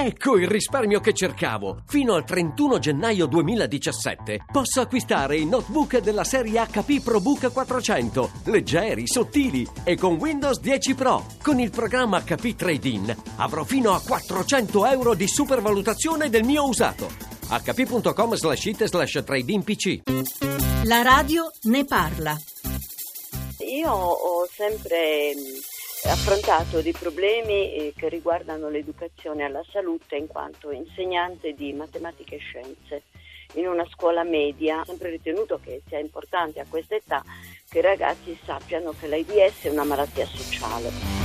Ecco il risparmio che cercavo! Fino al 31 gennaio 2017 posso acquistare i notebook della serie HP ProBook 400, leggeri, sottili e con Windows 10 Pro. Con il programma HP Trade-in avrò fino a 400 euro di supervalutazione del mio usato. hp.com/it/trade-in-pc. La radio ne parla. Io ho sempre affrontato dei problemi che riguardano l'educazione alla salute in quanto insegnante di matematica e scienze in una scuola media. Ho sempre ritenuto che sia importante a questa età che i ragazzi sappiano che l'AIDS è una malattia sociale.